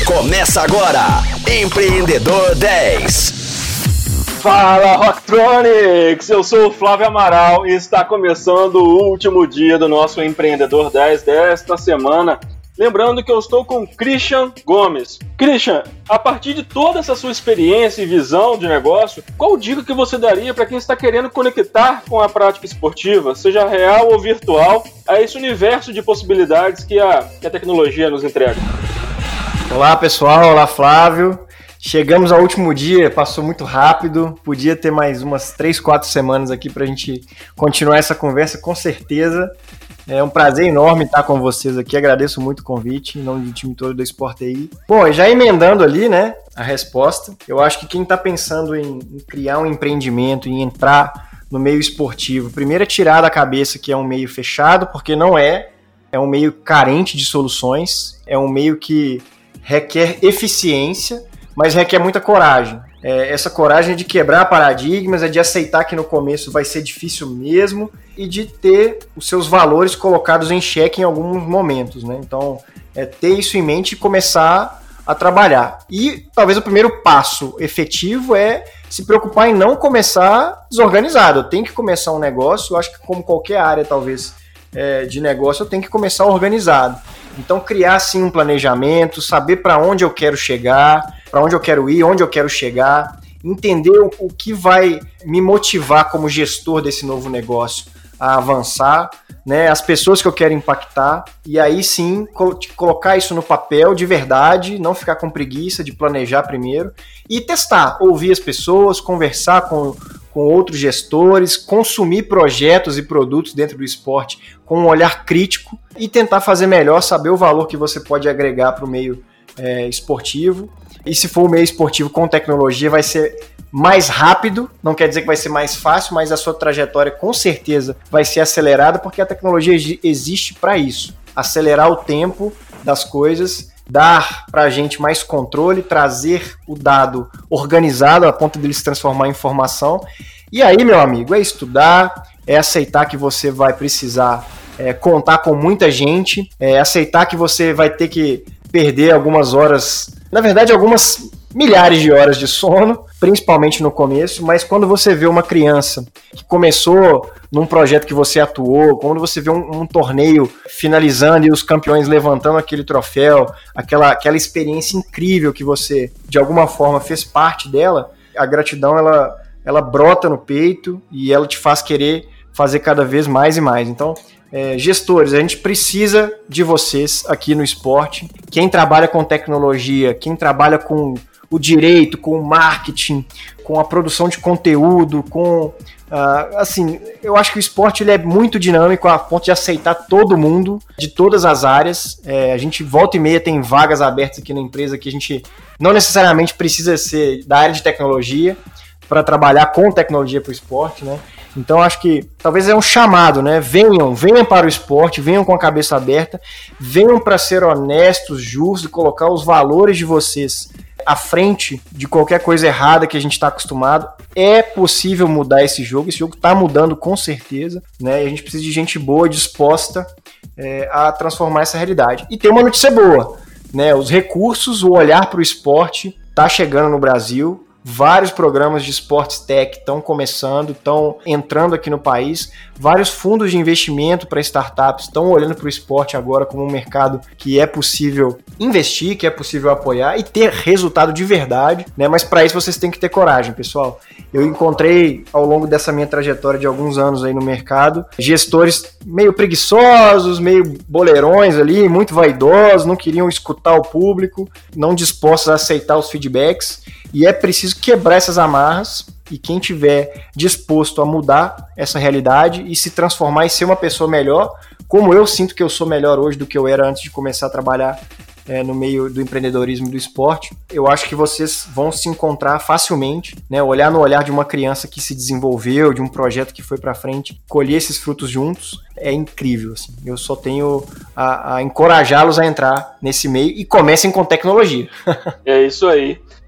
Começa agora, Empreendedor 10. Fala, Rocktronics! Eu sou o Flávio Amaral e está começando o último dia do nosso Empreendedor 10 desta semana. Lembrando que eu estou com o Christian Gomes. Christian, a partir de toda essa sua experiência e visão de negócio, qual dica que você daria para quem está querendo conectar com a prática esportiva, seja real ou virtual, a esse universo de possibilidades que a tecnologia nos entrega? Olá pessoal, olá Flávio. Chegamos ao último dia, passou muito rápido, podia ter mais umas 3, 4 semanas aqui para a gente continuar essa conversa com certeza. É um prazer enorme estar com vocês aqui, agradeço muito o convite, em nome do time todo do Sport TI. Bom, já emendando ali, né, a resposta, eu acho que quem está pensando em criar um empreendimento, em entrar no meio esportivo, primeiro é tirar da cabeça que é um meio fechado, porque não é um meio carente de soluções, é um meio que requer eficiência, mas requer muita coragem. Essa coragem de quebrar paradigmas, é de aceitar que no começo vai ser difícil mesmo e de ter os seus valores colocados em xeque em alguns momentos, né? Então, ter isso em mente e começar a trabalhar. E talvez o primeiro passo efetivo é se preocupar em não começar desorganizado. Eu tenho que começar um negócio, eu acho que como qualquer área talvez de negócio, eu tenho que começar organizado. Então, criar sim um planejamento, saber para onde eu quero chegar, para onde eu quero ir, onde eu quero chegar, entender o que vai me motivar como gestor desse novo negócio a avançar, né, as pessoas que eu quero impactar, e aí sim colocar isso no papel de verdade, não ficar com preguiça de planejar primeiro, e testar, ouvir as pessoas, conversar com outros gestores, consumir projetos e produtos dentro do esporte com um olhar crítico e tentar fazer melhor, saber o valor que você pode agregar para o meio esportivo. E se for o meio esportivo com tecnologia, vai ser mais rápido, não quer dizer que vai ser mais fácil, mas a sua trajetória com certeza vai ser acelerada, porque a tecnologia existe para isso, acelerar o tempo das coisas, dar para a gente mais controle, trazer o dado organizado a ponto de ele se transformar em informação. E aí, meu amigo, é estudar, é aceitar que você vai precisar contar com muita gente, aceitar que você vai ter que perder algumas horas, na verdade algumas milhares de horas de sono, principalmente no começo, mas quando você vê uma criança que começou num projeto que você atuou, quando você vê um torneio finalizando e os campeões levantando aquele troféu, aquela experiência incrível que você, de alguma forma, fez parte dela, a gratidão, ela brota no peito e ela te faz querer fazer cada vez mais e mais. Então, gestores, a gente precisa de vocês aqui no esporte. Quem trabalha com tecnologia, quem trabalha com o direito, com o marketing, com a produção de conteúdo, assim, eu acho que o esporte ele é muito dinâmico a ponto de aceitar todo mundo, de todas as áreas. A gente volta e meia tem vagas abertas aqui na empresa que a gente não necessariamente precisa ser da área de tecnologia para trabalhar com tecnologia para o esporte, né? Então acho que talvez é um chamado, né? Venham para o esporte, venham com a cabeça aberta, venham para ser honestos, justos, colocar os valores de vocês à frente de qualquer coisa errada que a gente está acostumado. É possível mudar esse jogo está mudando com certeza, né? E a gente precisa de gente boa, disposta a transformar essa realidade. E tem uma notícia boa, né? Os recursos, o olhar para o esporte está chegando no Brasil. Vários programas de Sports Tech estão começando, estão entrando aqui no país. Vários fundos de investimento para startups estão olhando para o esporte agora como um mercado que é possível investir, que é possível apoiar e ter resultado de verdade, né? Mas para isso vocês têm que ter coragem, pessoal. Eu encontrei ao longo dessa minha trajetória de alguns anos aí no mercado, gestores meio preguiçosos, meio boleirões ali, muito vaidosos, não queriam escutar o público, não dispostos a aceitar os feedbacks. E é preciso quebrar essas amarras e quem tiver disposto a mudar essa realidade e se transformar e ser uma pessoa melhor, como eu sinto que eu sou melhor hoje do que eu era antes de começar a trabalhar no meio do empreendedorismo e do esporte, eu acho que vocês vão se encontrar facilmente, né? Olhar no olhar de uma criança que se desenvolveu, de um projeto que foi para frente, colher esses frutos juntos, é incrível, assim. Eu só tenho a encorajá-los a entrar nesse meio e comecem com tecnologia. É isso aí.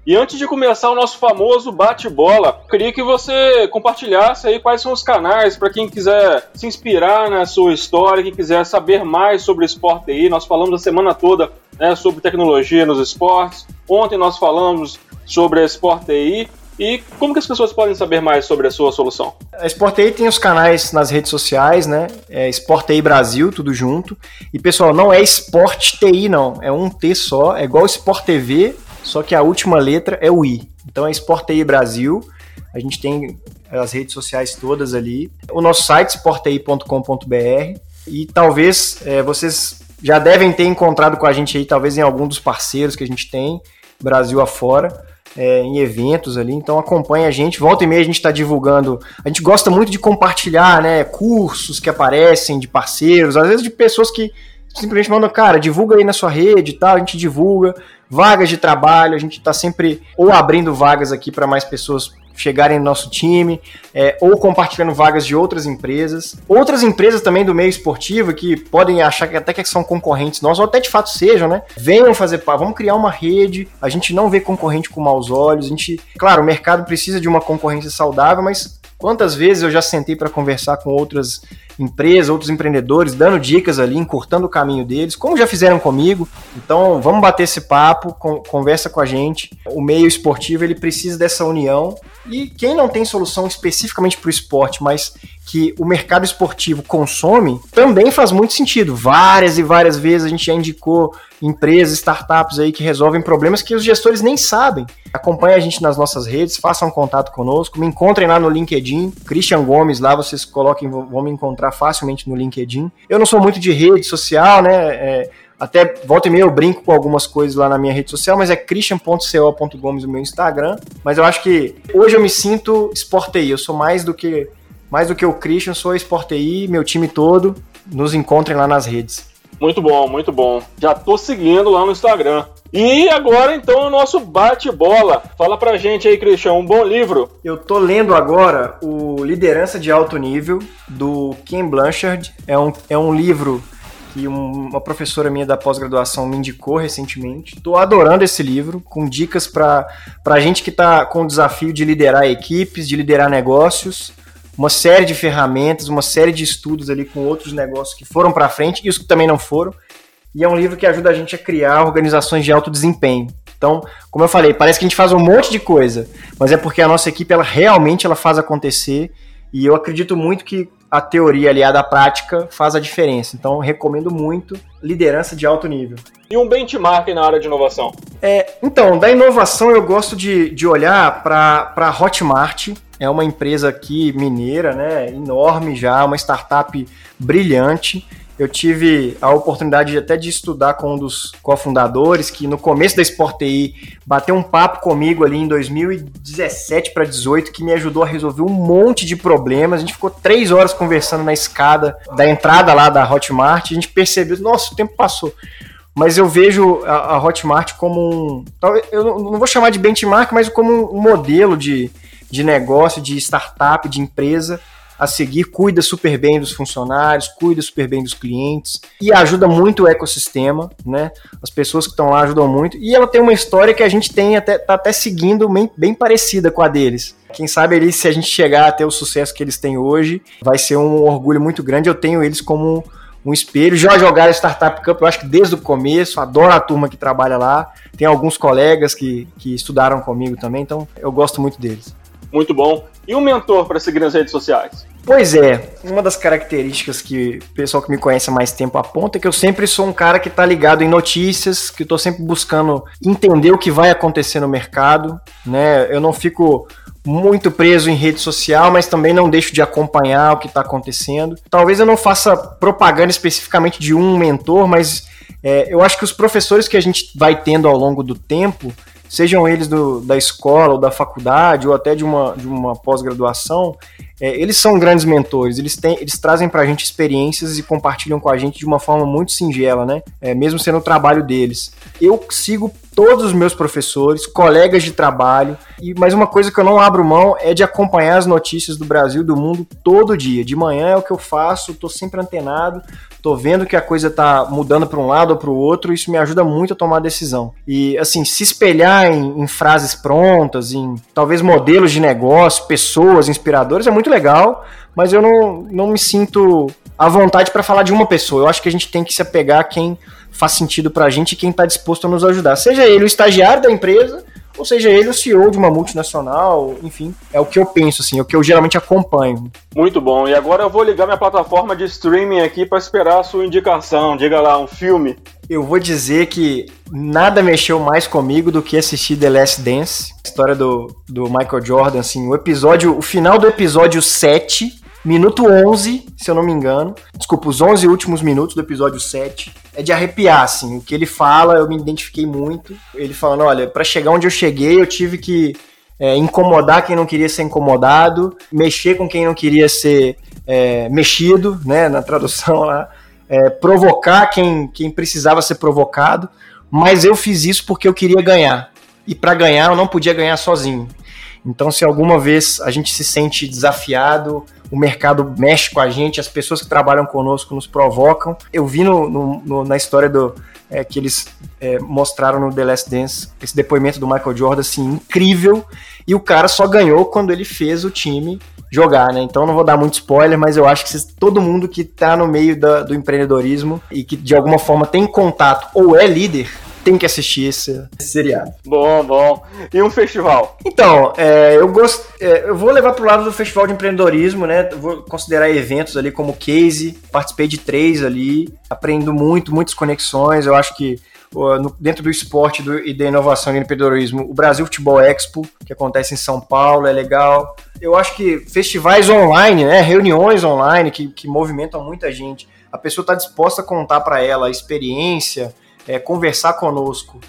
E antes de começar o nosso famoso bate-bola, queria que você compartilhasse aí quais são os canais para quem quiser se inspirar na sua história, quem quiser saber mais sobre Sport TI. Nós falamos a semana toda, né, sobre tecnologia nos esportes. Ontem nós falamos sobre a Sport TI. E como que as pessoas podem saber mais sobre a sua solução? A Sport TI tem os canais nas redes sociais, né? É Sport TI Brasil, tudo junto. E, pessoal, não é Sport TI, não. É um T só, é igual Sport TV, só que a última letra é o I. Então é Sport TI Brasil. A gente tem as redes sociais todas ali. O nosso site, sportti.com.br. E talvez vocês já devem ter encontrado com a gente aí, talvez em algum dos parceiros que a gente tem, Brasil afora. Em eventos ali, então acompanha a gente, volta e meia a gente está divulgando, a gente gosta muito de compartilhar, né, cursos que aparecem de parceiros, às vezes de pessoas que simplesmente mandam, cara, divulga aí na sua rede e tal, a gente divulga, vagas de trabalho, a gente está sempre ou abrindo vagas aqui para mais pessoas chegarem no nosso time, ou compartilhando vagas de outras empresas também do meio esportivo que podem achar que até que são concorrentes nossos, ou até de fato sejam, né? Venham fazer parte, vamos criar uma rede, a gente não vê concorrente com maus olhos, claro, o mercado precisa de uma concorrência saudável, mas quantas vezes eu já sentei para conversar com outras empresas, outros empreendedores, dando dicas ali, encurtando o caminho deles, como já fizeram comigo. Então, vamos bater esse papo, conversa com a gente. O meio esportivo, ele precisa dessa união. E quem não tem solução especificamente para o esporte, mas que o mercado esportivo consome, também faz muito sentido. Várias e várias vezes a gente já indicou empresas, startups aí que resolvem problemas que os gestores nem sabem. Acompanhe a gente nas nossas redes, façam contato conosco, me encontrem lá no LinkedIn, Christian Gomes, lá vocês coloquem, vão me encontrar facilmente no LinkedIn. Eu não sou muito de rede social, né? Até volta e meia eu brinco com algumas coisas lá na minha rede social, mas é christian.co.gomes o meu Instagram. Mas eu acho que hoje eu me sinto Sport TI, eu sou mais do que o Christian, sou Sport TI, meu time todo, nos encontrem lá nas redes. Muito bom, muito bom. Já tô seguindo lá no Instagram. E agora, então, o nosso bate-bola. Fala pra gente aí, Christian, um bom livro. Eu tô lendo agora o Liderança de Alto Nível, do Ken Blanchard. É um livro que uma professora minha da pós-graduação me indicou recentemente. Tô adorando esse livro, com dicas pra gente que tá com o desafio de liderar equipes, de liderar negócios. Uma série de ferramentas, uma série de estudos ali com outros negócios que foram para frente e os que também não foram. E é um livro que ajuda a gente a criar organizações de alto desempenho. Então, como eu falei, parece que a gente faz um monte de coisa, mas é porque a nossa equipe realmente faz acontecer. E eu acredito muito que a teoria aliada à prática faz a diferença. Então, recomendo muito Liderança de Alto Nível. E um benchmark na área de inovação? Então, da inovação eu gosto de olhar para a Hotmart. É uma empresa aqui mineira, né, enorme já, uma startup brilhante. Eu tive a oportunidade até de estudar com um dos cofundadores, que no começo da Sport TI bateu um papo comigo ali em 2017 para 2018, que me ajudou a resolver um monte de problemas. A gente ficou 3 horas conversando na escada da entrada lá da Hotmart, a gente percebeu, nossa, o tempo passou. Mas eu vejo a Hotmart como eu não vou chamar de benchmark, mas como um modelo de negócio, de startup, de empresa a seguir, cuida super bem dos funcionários, cuida super bem dos clientes e ajuda muito o ecossistema, né? As pessoas que estão lá ajudam muito e ela tem uma história que a gente tá até seguindo bem parecida com a deles. Quem sabe ali, se a gente chegar a ter o sucesso que eles têm hoje, vai ser um orgulho muito grande. Eu tenho eles como um espelho. Já jogaram Startup Cup, eu acho que desde o começo, adoro a turma que trabalha lá. Tem alguns colegas que estudaram comigo também, então eu gosto muito deles. Muito bom. E um mentor para seguir nas redes sociais? Pois é, uma das características que o pessoal que me conhece há mais tempo aponta é que eu sempre sou um cara que está ligado em notícias, que estou sempre buscando entender o que vai acontecer no mercado, né? Eu não fico muito preso em rede social, mas também não deixo de acompanhar o que está acontecendo. Talvez eu não faça propaganda especificamente de um mentor, mas eu acho que os professores que a gente vai tendo ao longo do tempo, sejam eles da escola ou da faculdade ou até de uma pós-graduação, eles são grandes mentores, eles trazem pra gente experiências e compartilham com a gente de uma forma muito singela, né? Mesmo sendo o trabalho deles. Eu sigo todos os meus professores, colegas de trabalho, mas uma coisa que eu não abro mão é de acompanhar as notícias do Brasil e do mundo todo dia. De manhã é o que eu faço, tô sempre antenado, tô vendo que a coisa tá mudando para um lado ou para o outro, isso me ajuda muito a tomar decisão. E, assim, se espelhar em frases prontas, em talvez modelos de negócio, pessoas inspiradoras, é muito legal, mas eu não me sinto à vontade para falar de uma pessoa. Eu acho que a gente tem que se apegar a quem faz sentido pra gente e quem tá disposto a nos ajudar. Seja ele o estagiário da empresa, ou seja ele o CEO de uma multinacional, enfim, é o que eu penso, assim, é o que eu geralmente acompanho. Muito bom, e agora eu vou ligar minha plataforma de streaming aqui para esperar a sua indicação. Diga lá, um filme. Eu vou dizer que nada mexeu mais comigo do que assistir The Last Dance, a história do Michael Jordan, assim, o final do episódio 7, minuto 11, se eu não me engano, desculpa, os 11 últimos minutos do episódio 7, é de arrepiar, assim, o que ele fala, eu me identifiquei muito, ele falando, olha, pra chegar onde eu cheguei, eu tive que incomodar quem não queria ser incomodado, mexer com quem não queria ser mexido, né, na tradução lá, provocar quem precisava ser provocado, mas eu fiz isso porque eu queria ganhar, e pra ganhar eu não podia ganhar sozinho. Então, se alguma vez a gente se sente desafiado, o mercado mexe com a gente, as pessoas que trabalham conosco nos provocam. Eu vi na história que eles mostraram no The Last Dance, esse depoimento do Michael Jordan, assim, incrível, e o cara só ganhou quando ele fez o time jogar, né? Então não vou dar muito spoiler, mas eu acho que todo mundo que tá no meio do empreendedorismo e que de alguma forma tem contato ou é líder, tem que assistir esse seriado. Bom. E um festival? Então, eu vou levar pro lado do festival de empreendedorismo, né? Eu vou considerar eventos ali como Case, participei de 3 ali, aprendo muitas conexões. Eu acho que dentro do esporte e da inovação e empreendedorismo, o Brasil Futebol Expo, que acontece em São Paulo, é legal. Eu acho que festivais online, né? Reuniões online que movimentam muita gente. A pessoa está disposta a contar para ela a experiência, conversar conosco.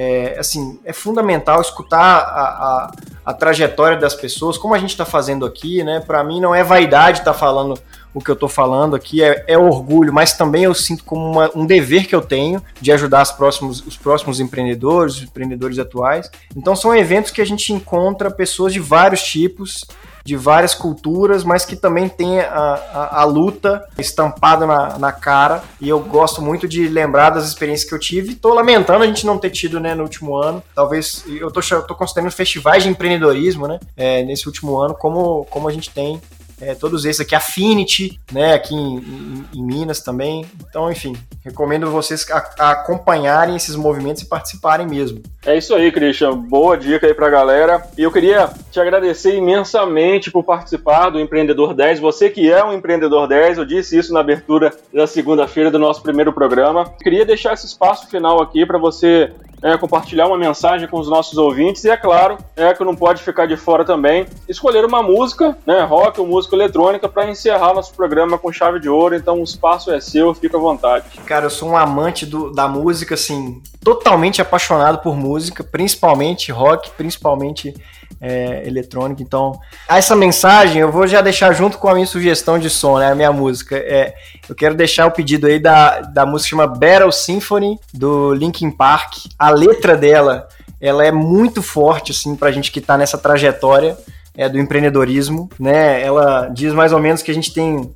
É fundamental escutar a trajetória das pessoas, como a gente está fazendo aqui, né? Para mim não é vaidade estar falando o que eu estou falando aqui, é orgulho, mas também eu sinto como um dever que eu tenho de ajudar os próximos empreendedores atuais. Então são eventos que a gente encontra pessoas de vários tipos, de várias culturas, mas que também tem a luta estampada na cara, e eu gosto muito de lembrar das experiências que eu tive. Tô lamentando a gente não ter tido, né, no último ano, talvez, eu tô considerando festivais de empreendedorismo, né, nesse último ano, como a gente tem todos esses aqui, Affinity, né, aqui em Minas também. Então, enfim, recomendo vocês a acompanharem esses movimentos e participarem mesmo. É isso aí, Christian. Boa dica aí pra galera. E eu queria te agradecer imensamente por participar do Empreendedor 10. Você que é um Empreendedor 10, eu disse isso na abertura da segunda-feira do nosso primeiro programa. Queria deixar esse espaço final aqui para você compartilhar uma mensagem com os nossos ouvintes e, é claro, que não pode ficar de fora também, escolher uma música, né, rock ou música eletrônica, para encerrar nosso programa com chave de ouro. Então o espaço é seu, fica à vontade. Cara, eu sou um amante da música, assim, totalmente apaixonado por música, principalmente rock, principalmente eletrônica. Então, essa mensagem eu vou já deixar junto com a minha sugestão de som, né, a minha música. Eu quero deixar o pedido aí da música que chama Battle Symphony, do Linkin Park. A letra dela, ela é muito forte, assim, pra gente que tá nessa trajetória do empreendedorismo, né? Ela diz mais ou menos que a gente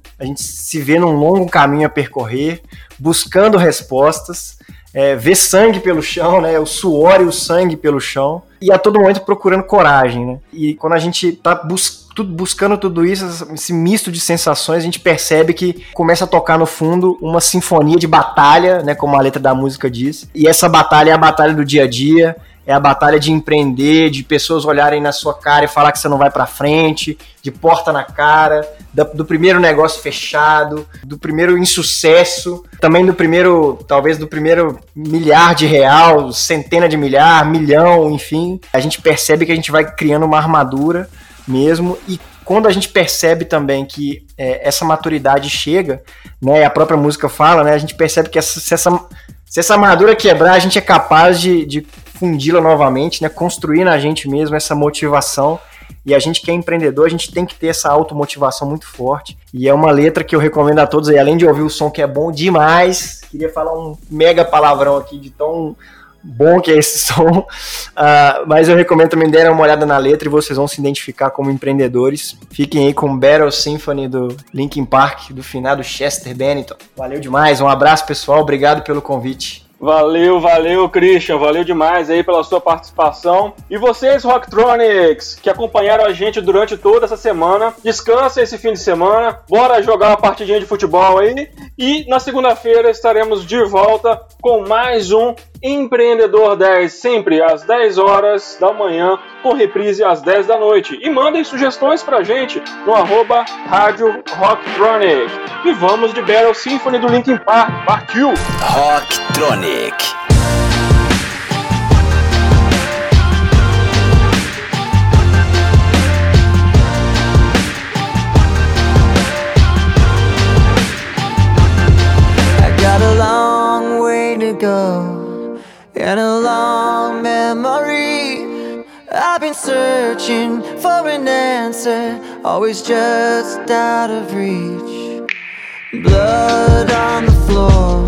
se vê num longo caminho a percorrer, buscando respostas, ver sangue pelo chão, né? O suor e o sangue pelo chão, e a todo momento procurando coragem, né? E quando a gente tá buscando tudo isso, esse misto de sensações, a gente percebe que começa a tocar no fundo uma sinfonia de batalha, né? Como a letra da música diz. E essa batalha é a batalha do dia a dia, é a batalha de empreender, de pessoas olharem na sua cara e falar que você não vai pra frente, de porta na cara, do primeiro negócio fechado, do primeiro insucesso, também talvez do primeiro milhar de real, centena de milhar, milhão, enfim. A gente percebe que a gente vai criando uma armadura mesmo, e quando a gente percebe também que essa maturidade chega, né, a própria música fala, né, a gente percebe que se essa armadura quebrar, a gente é capaz de fundi-la novamente, né, construir na gente mesmo essa motivação. E a gente que é empreendedor, a gente tem que ter essa automotivação muito forte. E é uma letra que eu recomendo a todos aí, além de ouvir o som que é bom demais, queria falar um mega palavrão aqui de tão bom que é esse som, mas eu recomendo também darem uma olhada na letra e vocês vão se identificar como empreendedores. Fiquem aí com Battle Symphony do Linkin Park, do finado Chester Bennington. Valeu demais, um abraço pessoal, obrigado pelo convite. Valeu, Christian, valeu demais aí pela sua participação. E vocês, Rocktronics, que acompanharam a gente durante toda essa semana, descansa esse fim de semana, bora jogar uma partidinha de futebol aí. E na segunda-feira estaremos de volta com mais um Empreendedor 10, sempre às 10 horas da manhã, com reprise às 10 da noite. E mandem sugestões pra gente no @Rádio Rocktronic. E vamos de Battle Symphony do Linkin Park. Partiu! Rocktronic. I got a long way to go and a long memory. I've been searching for an answer, always just out of reach. Blood on the floor,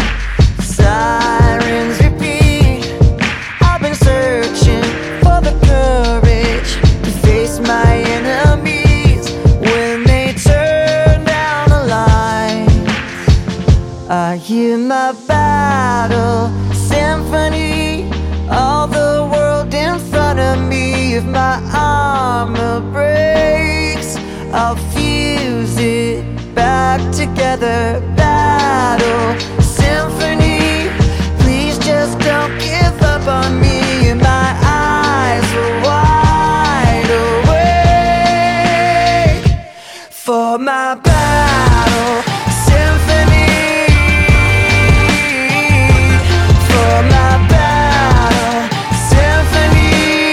sirens repeat. I've been searching for the courage to face my enemies when they turn down the lights. I hear my battle symphony, all the world in front of me. If my armor breaks, I'll fuse it back together. Battle symphony, please just don't give up on me. And my eyes are wide awake for my battle symphony, for my battle symphony.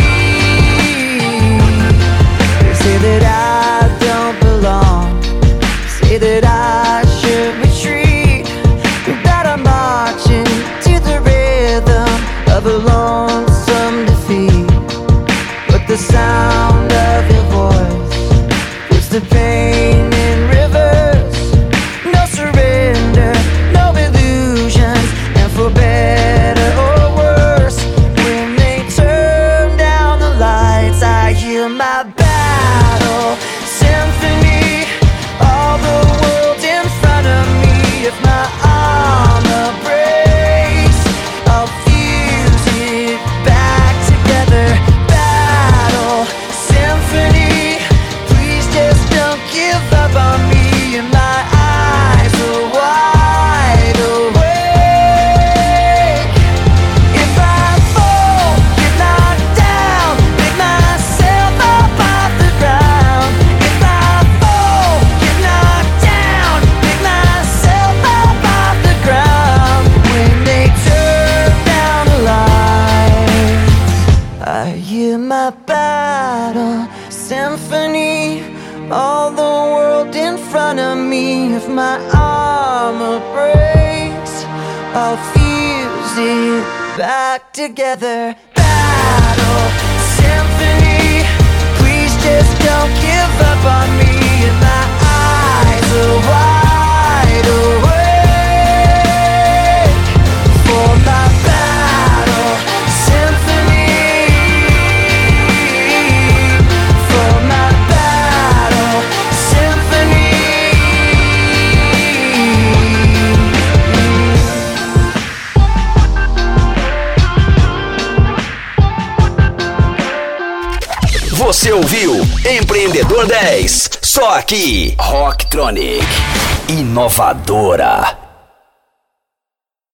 They say that I don't belong, say that I should retreat, that I'm marching to the rhythm of a lonesome defeat. But the sound of your voice puts the pain in reverse. No surrender, no illusions, and for better or worse, when they turn down the lights, I hear my battle symphony, all the world in front of me. If my armor breaks, I'll fuse it back together. Battle symphony, please just don't give up on me. And my eyes are wide awake. If I fall, get knocked down, pick myself up off the ground. If I fall, get knocked down, pick myself up off the ground. When they turn down the lights, I hear my battle symphony, all the world in front of me. If my armor breaks, I'll fuse it back together. Battle symphony, please just don't give up on me. And my eyes are wide awake for my battle symphony, for my battle symphony. Você ouviu Empreendedor 10, só aqui, Rocktronic, inovadora.